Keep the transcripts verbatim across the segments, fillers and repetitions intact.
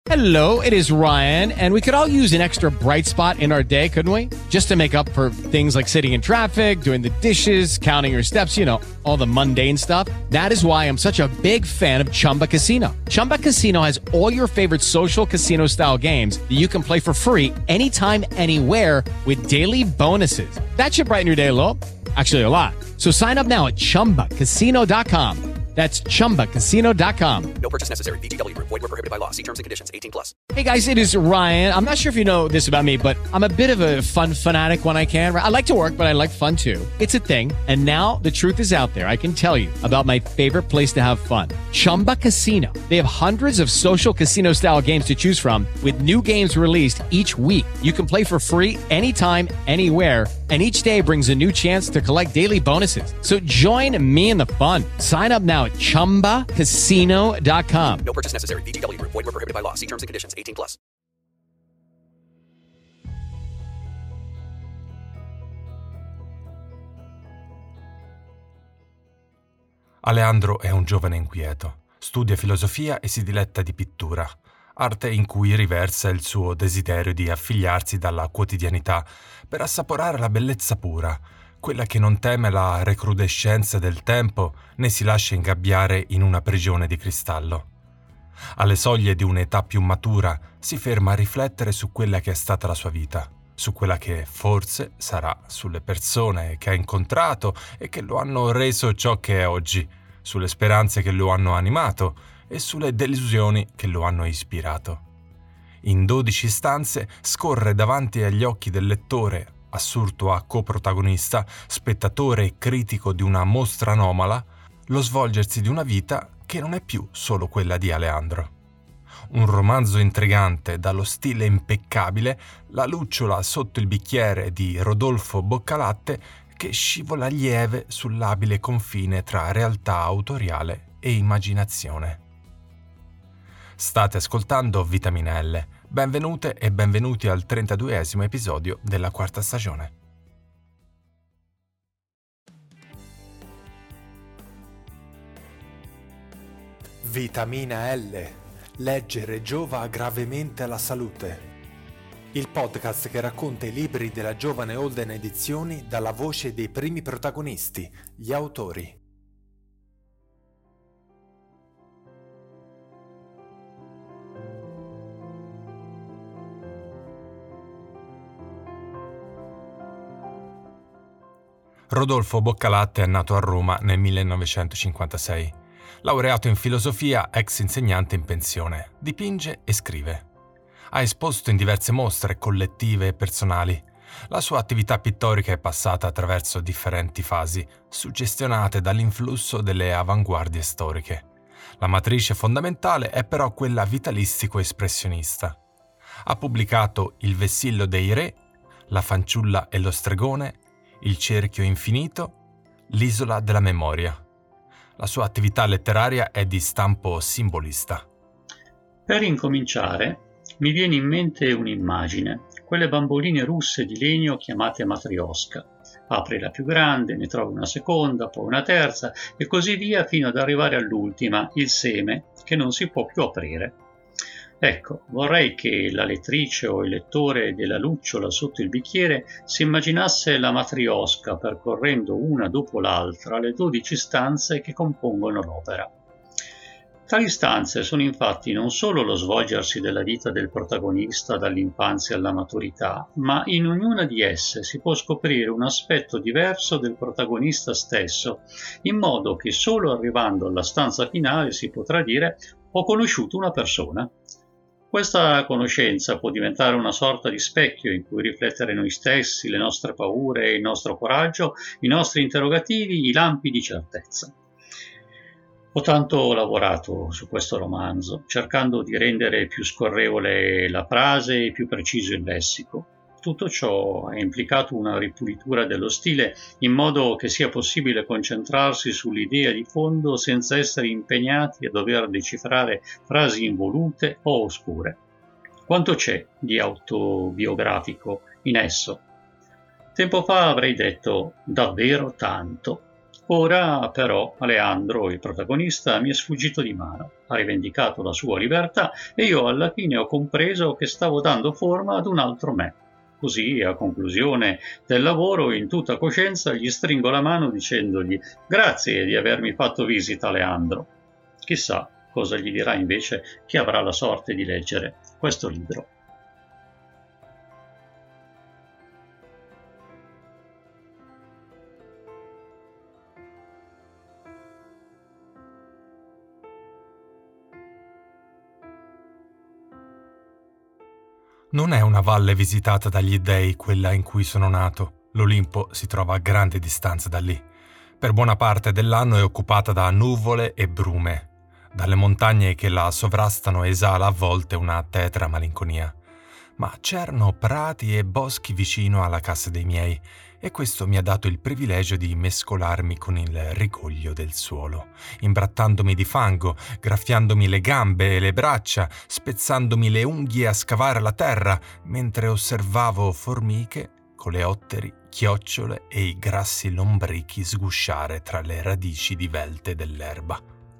Hello, it is Ryan, and we could all use an extra bright spot in our day, couldn't we? Just to make up for things like sitting in traffic, doing the dishes, counting your steps, you know, all the mundane stuff. That is why I'm such a big fan of Chumba Casino. Chumba Casino has all your favorite social casino-style games that you can play for free anytime, anywhere with daily bonuses. That should brighten your day a little. Actually, a lot. So sign up now at chumba casino dot com. That's chumba casino dot com. No purchase necessary. V G W Group. Void where prohibited by law. See terms and conditions. eighteen plus. Hey guys, it is Ryan. I'm not sure if you know this about me, but I'm a bit of a fun fanatic when I can. I like to work, but I like fun too. It's a thing. And now the truth is out there. I can tell you about my favorite place to have fun. Chumba Casino. They have hundreds of social casino style games to choose from with new games released each week. You can play for free anytime, anywhere. And each day brings a new chance to collect daily bonuses. So join me in the fun. Sign up now at chumba casino dot com. No purchase necessary. V G W Group. Void where prohibited by law. See terms and conditions. eighteen plus. Aleandro è un giovane inquieto. Studia filosofia e si diletta di pittura, arte in cui riversa il suo desiderio di affiliarsi dalla quotidianità per assaporare la bellezza pura, quella che non teme la recrudescenza del tempo né si lascia ingabbiare in una prigione di cristallo. Alle soglie di un'età più matura si ferma a riflettere su quella che è stata la sua vita, su quella che forse sarà, sulle persone che ha incontrato e che lo hanno reso ciò che è oggi, sulle speranze che lo hanno animato e sulle delusioni che lo hanno ispirato. In dodici stanze scorre davanti agli occhi del lettore, assurdo a coprotagonista, spettatore e critico di una mostra anomala, lo svolgersi di una vita che non è più solo quella di Aleandro. Un romanzo intrigante dallo stile impeccabile, La lucciola sotto il bicchiere di Rodolfo Boccalatte, che scivola lieve sull'abile confine tra realtà autoriale e immaginazione. State ascoltando Vitamina L. Benvenute e benvenuti al trentaduesimo episodio della quarta stagione. Vitamina L. Leggere giova gravemente alla salute. Il podcast che racconta i libri della giovane Holden Edizioni dalla voce dei primi protagonisti, gli autori. Rodolfo Boccalatte è nato a Roma nel millenovecentocinquantasei. Laureato in filosofia, ex insegnante in pensione, dipinge e scrive. Ha esposto in diverse mostre collettive e personali. La sua attività pittorica è passata attraverso differenti fasi, suggestionate dall'influsso delle avanguardie storiche. La matrice fondamentale è però quella vitalistico-espressionista. Ha pubblicato Il vessillo dei re, La fanciulla e lo stregone, Il cerchio infinito, L'isola della memoria. La sua attività letteraria è di stampo simbolista. Per incominciare, mi viene in mente un'immagine, quelle bamboline russe di legno chiamate matrioska. Apri la più grande, ne trovi una seconda, poi una terza e così via fino ad arrivare all'ultima, il seme, che non si può più aprire. Ecco, vorrei che la lettrice o il lettore della lucciola sotto il bicchiere si immaginasse la matriosca percorrendo una dopo l'altra le dodici stanze che compongono l'opera. Tali stanze sono infatti non solo lo svolgersi della vita del protagonista dall'infanzia alla maturità, ma in ognuna di esse si può scoprire un aspetto diverso del protagonista stesso, in modo che solo arrivando alla stanza finale si potrà dire «ho conosciuto una persona». Questa conoscenza può diventare una sorta di specchio in cui riflettere noi stessi, le nostre paure, il nostro coraggio, i nostri interrogativi, i lampi di certezza. Ho tanto lavorato su questo romanzo, cercando di rendere più scorrevole la frase e più preciso il lessico. Tutto ciò ha implicato una ripulitura dello stile in modo che sia possibile concentrarsi sull'idea di fondo senza essere impegnati a dover decifrare frasi involute o oscure. Quanto c'è di autobiografico in esso? Tempo fa avrei detto davvero tanto. Ora, però, Aleandro, il protagonista, mi è sfuggito di mano, ha rivendicato la sua libertà e io alla fine ho compreso che stavo dando forma ad un altro me. Così, a conclusione del lavoro, in tutta coscienza, gli stringo la mano dicendogli «Grazie di avermi fatto visita, Aleandro». Chissà cosa gli dirà invece chi avrà la sorte di leggere questo libro. Non è una valle visitata dagli dei quella in cui sono nato. L'Olimpo si trova a grande distanza da lì. Per buona parte dell'anno è occupata da nuvole e brume. Dalle montagne che la sovrastano esala a volte una tetra malinconia. Ma c'erano prati e boschi vicino alla casa dei miei e questo mi ha dato il privilegio di mescolarmi con il rigoglio del suolo, imbrattandomi di fango, graffiandomi le gambe e le braccia, spezzandomi le unghie a scavare la terra, mentre osservavo formiche, coleotteri, chiocciole e i grassi lombrichi sgusciare tra le radici divelte dell'erba.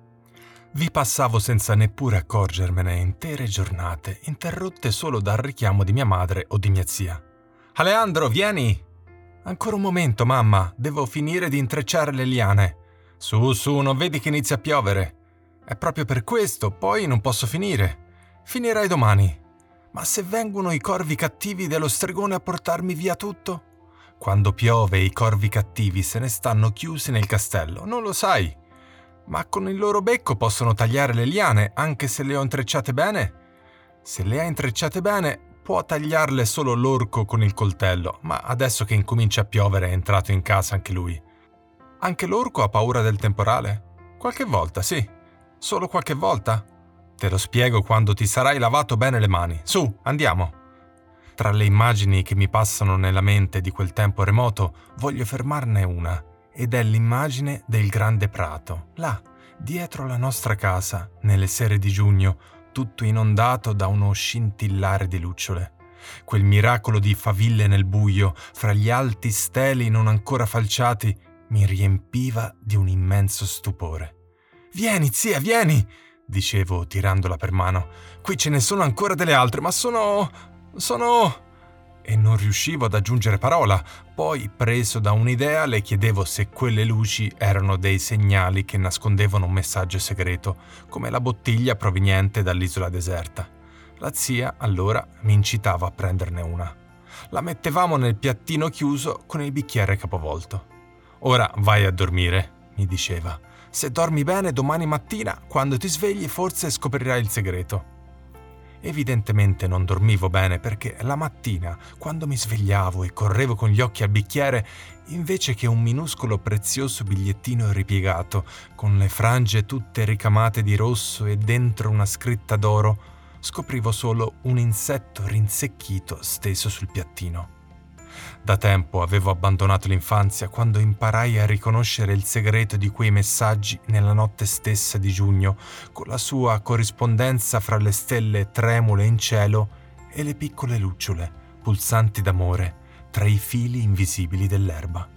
Vi passavo senza neppure accorgermene intere giornate, interrotte solo dal richiamo di mia madre o di mia zia. «Aleandro, vieni!» «Ancora un momento, mamma, devo finire di intrecciare le liane». «Su, su, non vedi che inizia a piovere?» «È proprio per questo, poi non posso finire. Finirai domani». «Ma se vengono i corvi cattivi dello stregone a portarmi via tutto?» «Quando piove i corvi cattivi se ne stanno chiusi nel castello, non lo sai?» «Ma con il loro becco possono tagliare le liane, anche se le ho intrecciate bene?» «Se le hai intrecciate bene, può tagliarle solo l'orco con il coltello, ma adesso che incomincia a piovere è entrato in casa anche lui». «Anche l'orco ha paura del temporale?» «Qualche volta, sì. Solo qualche volta?» «Te lo spiego quando ti sarai lavato bene le mani. Su, andiamo!» Tra le immagini che mi passano nella mente di quel tempo remoto, voglio fermarne una. Ed è l'immagine del grande prato, là, dietro la nostra casa, nelle sere di giugno, tutto inondato da uno scintillare di lucciole. Quel miracolo di faville nel buio, fra gli alti steli non ancora falciati, mi riempiva di un immenso stupore. «Vieni, zia, vieni!» dicevo, tirandola per mano. «Qui ce ne sono ancora delle altre, ma sono... sono...» E non riuscivo ad aggiungere parola. Poi, preso da un'idea, le chiedevo se quelle luci erano dei segnali che nascondevano un messaggio segreto, come la bottiglia proveniente dall'isola deserta. La zia, allora, mi incitava a prenderne una. La mettevamo nel piattino chiuso con il bicchiere capovolto. «Ora vai a dormire», mi diceva. «Se dormi bene domani mattina, quando ti svegli, forse scoprirai il segreto». Evidentemente non dormivo bene perché la mattina, quando mi svegliavo e correvo con gli occhi al bicchiere, invece che un minuscolo prezioso bigliettino ripiegato, con le frange tutte ricamate di rosso e dentro una scritta d'oro, scoprivo solo un insetto rinsecchito steso sul piattino. Da tempo avevo abbandonato l'infanzia quando imparai a riconoscere il segreto di quei messaggi nella notte stessa di giugno, con la sua corrispondenza fra le stelle tremule in cielo e le piccole lucciole, pulsanti d'amore, tra i fili invisibili dell'erba.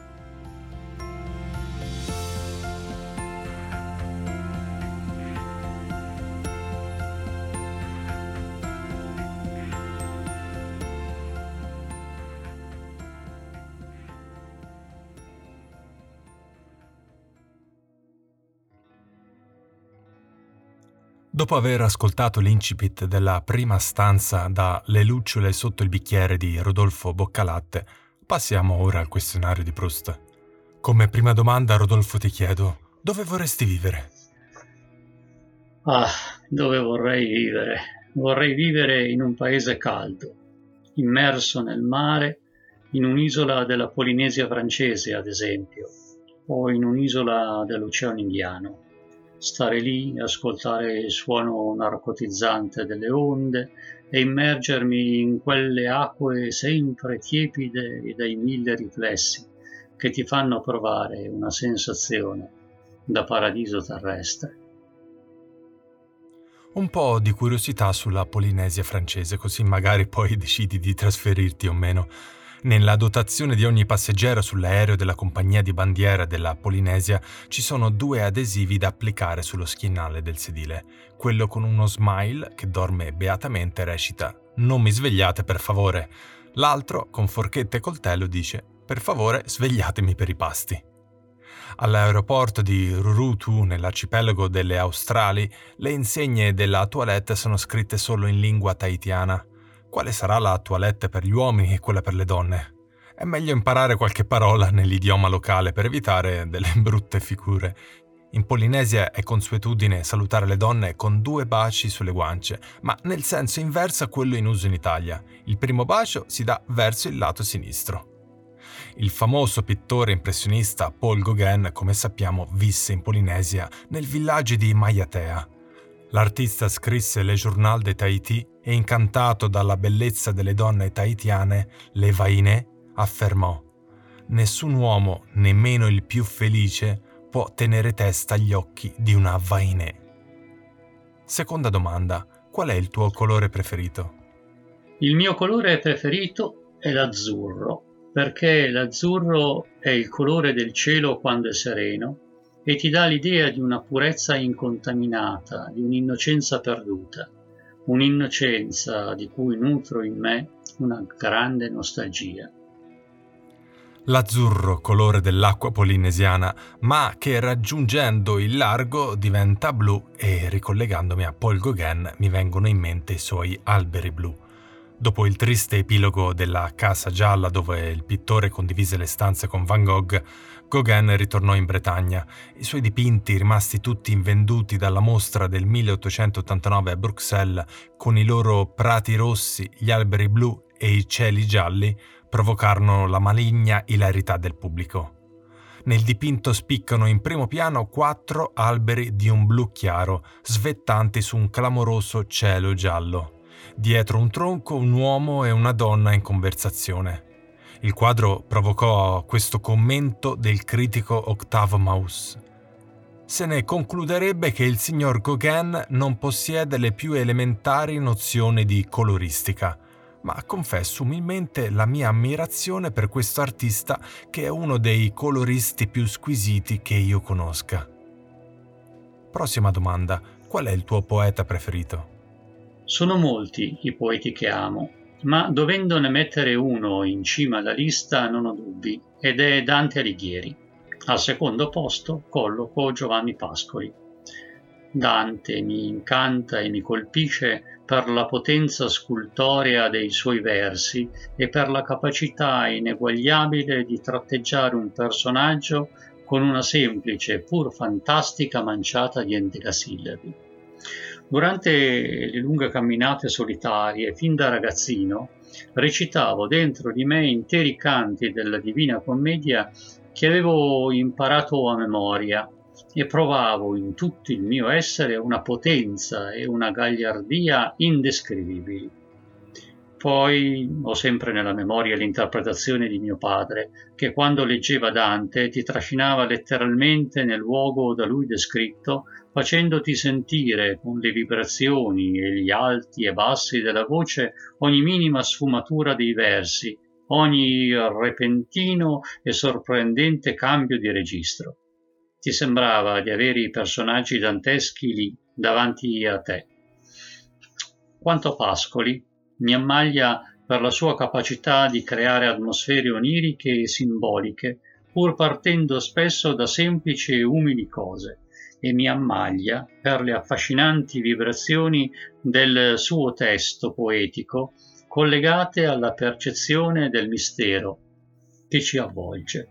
Dopo aver ascoltato l'incipit della prima stanza da Le lucciole sotto il bicchiere di Rodolfo Boccalatte, passiamo ora al questionario di Proust. Come prima domanda, Rodolfo, ti chiedo, dove vorresti vivere? Ah, dove vorrei vivere? Vorrei vivere in un paese caldo, immerso nel mare, in un'isola della Polinesia francese, ad esempio, o in un'isola dell'Oceano Indiano. Stare lì, ascoltare il suono narcotizzante delle onde e immergermi in quelle acque sempre tiepide dai mille riflessi che ti fanno provare una sensazione da paradiso terrestre. Un po' di curiosità sulla Polinesia francese, così magari poi decidi di trasferirti o meno. Nella dotazione di ogni passeggero sull'aereo della compagnia di bandiera della Polinesia ci sono due adesivi da applicare sullo schienale del sedile. Quello con uno smile che dorme beatamente recita «Non mi svegliate per favore». L'altro, con forchetta e coltello, dice «Per favore, svegliatemi per i pasti». All'aeroporto di Rurutu, nell'arcipelago delle Australi, le insegne della toilette sono scritte solo in lingua tahitiana. Quale sarà la toilette per gli uomini e quella per le donne? È meglio imparare qualche parola nell'idioma locale per evitare delle brutte figure. In Polinesia è consuetudine salutare le donne con due baci sulle guance, ma nel senso inverso a quello in uso in Italia. Il primo bacio si dà verso il lato sinistro. Il famoso pittore impressionista Paul Gauguin, come sappiamo, visse in Polinesia, nel villaggio di Maiatea. L'artista scrisse Le Journal de Tahiti e, incantato dalla bellezza delle donne tahitiane, Le Vainé affermò: «Nessun uomo, nemmeno il più felice, può tenere testa agli occhi di una Vainé». Seconda domanda: qual è il tuo colore preferito? Il mio colore preferito è l'azzurro, perché l'azzurro è il colore del cielo quando è sereno e ti dà l'idea di una purezza incontaminata, di un'innocenza perduta, un'innocenza di cui nutro in me una grande nostalgia. L'azzurro, colore dell'acqua polinesiana, ma che raggiungendo il largo diventa blu, e ricollegandomi a Paul Gauguin mi vengono in mente i suoi alberi blu. Dopo il triste epilogo della Casa Gialla, dove il pittore condivise le stanze con Van Gogh, Gauguin ritornò in Bretagna. I suoi dipinti, rimasti tutti invenduti dalla mostra del milleottocentottantanove a Bruxelles, con i loro prati rossi, gli alberi blu e i cieli gialli, provocarono la maligna ilarità del pubblico. Nel dipinto spiccano in primo piano quattro alberi di un blu chiaro, svettanti su un clamoroso cielo giallo. Dietro un tronco un uomo e una donna in conversazione. Il quadro provocò questo commento del critico Octave Mauss. Se ne concluderebbe che il signor Gauguin non possiede le più elementari nozioni di coloristica, ma confesso umilmente la mia ammirazione per questo artista, che è uno dei coloristi più squisiti che io conosca. Prossima domanda: qual è il tuo poeta preferito? Sono molti i poeti che amo, ma dovendone mettere uno in cima alla lista non ho dubbi, ed è Dante Alighieri. Al secondo posto colloco Giovanni Pascoli. Dante mi incanta e mi colpisce per la potenza scultorea dei suoi versi e per la capacità ineguagliabile di tratteggiare un personaggio con una semplice, pur fantastica manciata di endecasillabi. Durante le lunghe camminate solitarie, fin da ragazzino, recitavo dentro di me interi canti della Divina Commedia che avevo imparato a memoria e provavo in tutto il mio essere una potenza e una gagliardia indescrivibili. Poi ho sempre nella memoria l'interpretazione di mio padre, che quando leggeva Dante ti trascinava letteralmente nel luogo da lui descritto, facendoti sentire con le vibrazioni e gli alti e bassi della voce ogni minima sfumatura dei versi, ogni repentino e sorprendente cambio di registro. Ti sembrava di avere i personaggi danteschi lì, davanti a te. Quanto a Pascoli, mi ammaglia per la sua capacità di creare atmosfere oniriche e simboliche, pur partendo spesso da semplici e umili cose, e mi ammaglia per le affascinanti vibrazioni del suo testo poetico, collegate alla percezione del mistero che ci avvolge.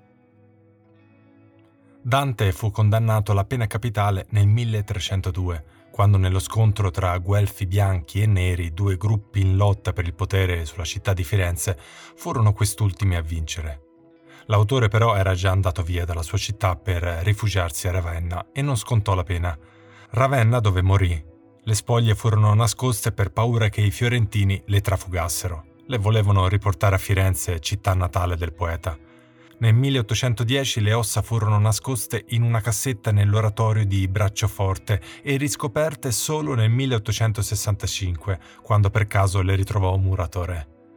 Dante fu condannato alla pena capitale nel milletrecentodue, quando nello scontro tra guelfi bianchi e neri, due gruppi in lotta per il potere sulla città di Firenze, furono quest'ultimi a vincere. L'autore però era già andato via dalla sua città per rifugiarsi a Ravenna e non scontò la pena. Ravenna, dove morì. Le spoglie furono nascoste per paura che i fiorentini le trafugassero. Le volevano riportare a Firenze, città natale del poeta. Nel milleottocentodieci le ossa furono nascoste in una cassetta nell'oratorio di Bracciaforte e riscoperte solo nel milleottocentosessantacinque, quando per caso le ritrovò un muratore.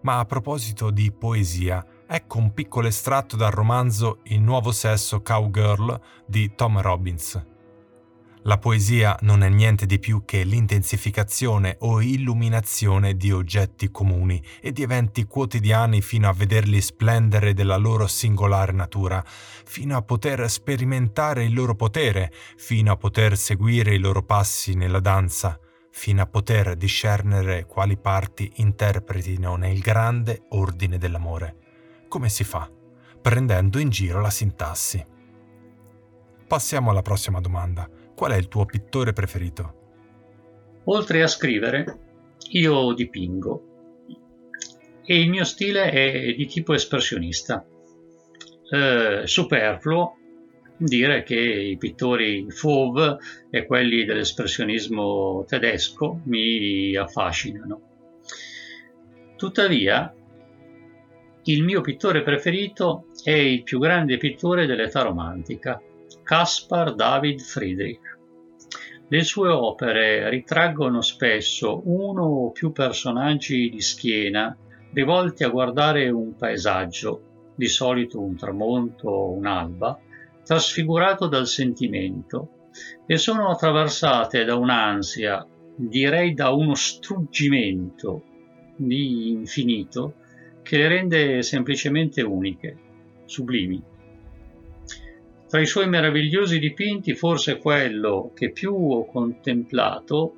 Ma a proposito di poesia, ecco un piccolo estratto dal romanzo Il nuovo sesso Cowgirl di Tom Robbins. La poesia non è niente di più che l'intensificazione o illuminazione di oggetti comuni e di eventi quotidiani fino a vederli splendere della loro singolare natura, fino a poter sperimentare il loro potere, fino a poter seguire i loro passi nella danza, fino a poter discernere quali parti interpretino nel grande ordine dell'amore. Come si fa? Prendendo in giro la sintassi. Passiamo alla prossima domanda. Qual è il tuo pittore preferito? Oltre a scrivere, io dipingo e il mio stile è di tipo espressionista. Eh, superfluo dire che i pittori Fauve e quelli dell'espressionismo tedesco mi affascinano. Tuttavia, il mio pittore preferito è il più grande pittore dell'età romantica, Caspar David Friedrich. Le sue opere ritraggono spesso uno o più personaggi di schiena rivolti a guardare un paesaggio, di solito un tramonto o un'alba, trasfigurato dal sentimento, e sono attraversate da un'ansia, direi da uno struggimento di infinito, che le rende semplicemente uniche, sublimi. Tra i suoi meravigliosi dipinti, forse quello che più ho contemplato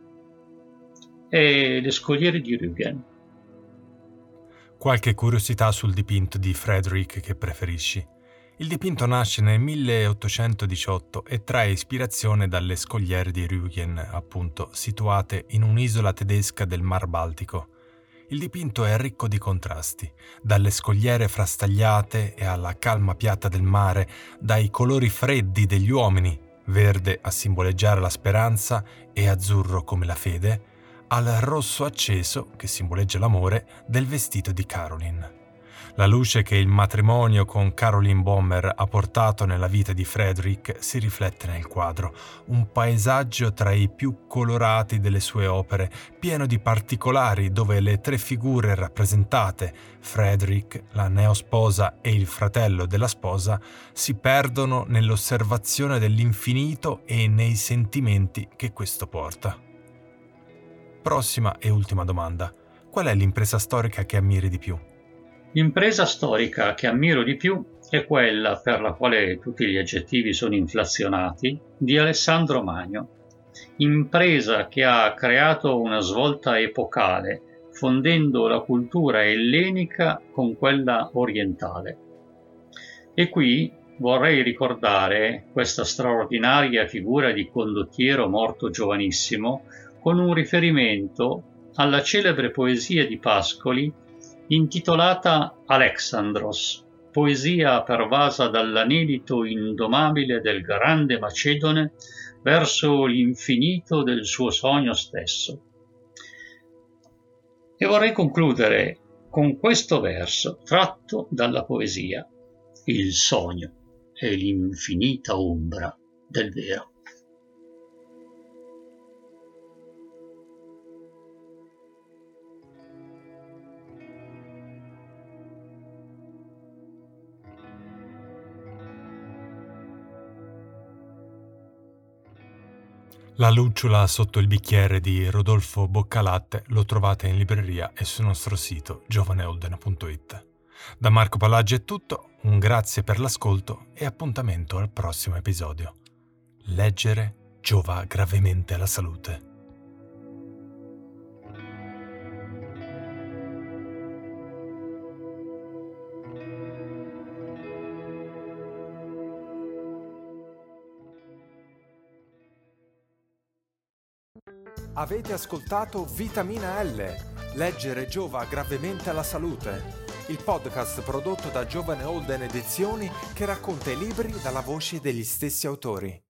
è Le scogliere di Rügen. Qualche curiosità sul dipinto di Friedrich che preferisci? Il dipinto nasce nel milleottocentodiciotto e trae ispirazione dalle scogliere di Rügen, appunto, situate in un'isola tedesca del Mar Baltico. Il dipinto è ricco di contrasti, dalle scogliere frastagliate e alla calma piatta del mare, dai colori freddi degli uomini, verde a simboleggiare la speranza e azzurro come la fede, al rosso acceso, che simboleggia l'amore, del vestito di Caroline. La luce che il matrimonio con Caroline Bommer ha portato nella vita di Friedrich si riflette nel quadro, un paesaggio tra i più colorati delle sue opere, pieno di particolari dove le tre figure rappresentate, Friedrich, la neosposa e il fratello della sposa, si perdono nell'osservazione dell'infinito e nei sentimenti che questo porta. Prossima e ultima domanda. Qual è l'impresa storica che ammiri di più? L'impresa storica che ammiro di più è quella, per la quale tutti gli aggettivi sono inflazionati, di Alessandro Magno. Impresa che ha creato una svolta epocale, fondendo la cultura ellenica con quella orientale. E qui vorrei ricordare questa straordinaria figura di condottiero morto giovanissimo, con un riferimento alla celebre poesia di Pascoli intitolata Alexandros, poesia pervasa dall'anelito indomabile del grande Macedone verso l'infinito del suo sogno stesso. E vorrei concludere con questo verso tratto dalla poesia: il sogno è l'infinita ombra del vero. La lucciola sotto il bicchiere di Rodolfo Boccalatte lo trovate in libreria e sul nostro sito giovaneolden punto it. Da Marco Palaggi è tutto, un grazie per l'ascolto e appuntamento al prossimo episodio. Leggere giova gravemente alla salute. Avete ascoltato Vitamina L, leggere giova gravemente alla salute, il podcast prodotto da Giovane Olden Edizioni che racconta i libri dalla voce degli stessi autori.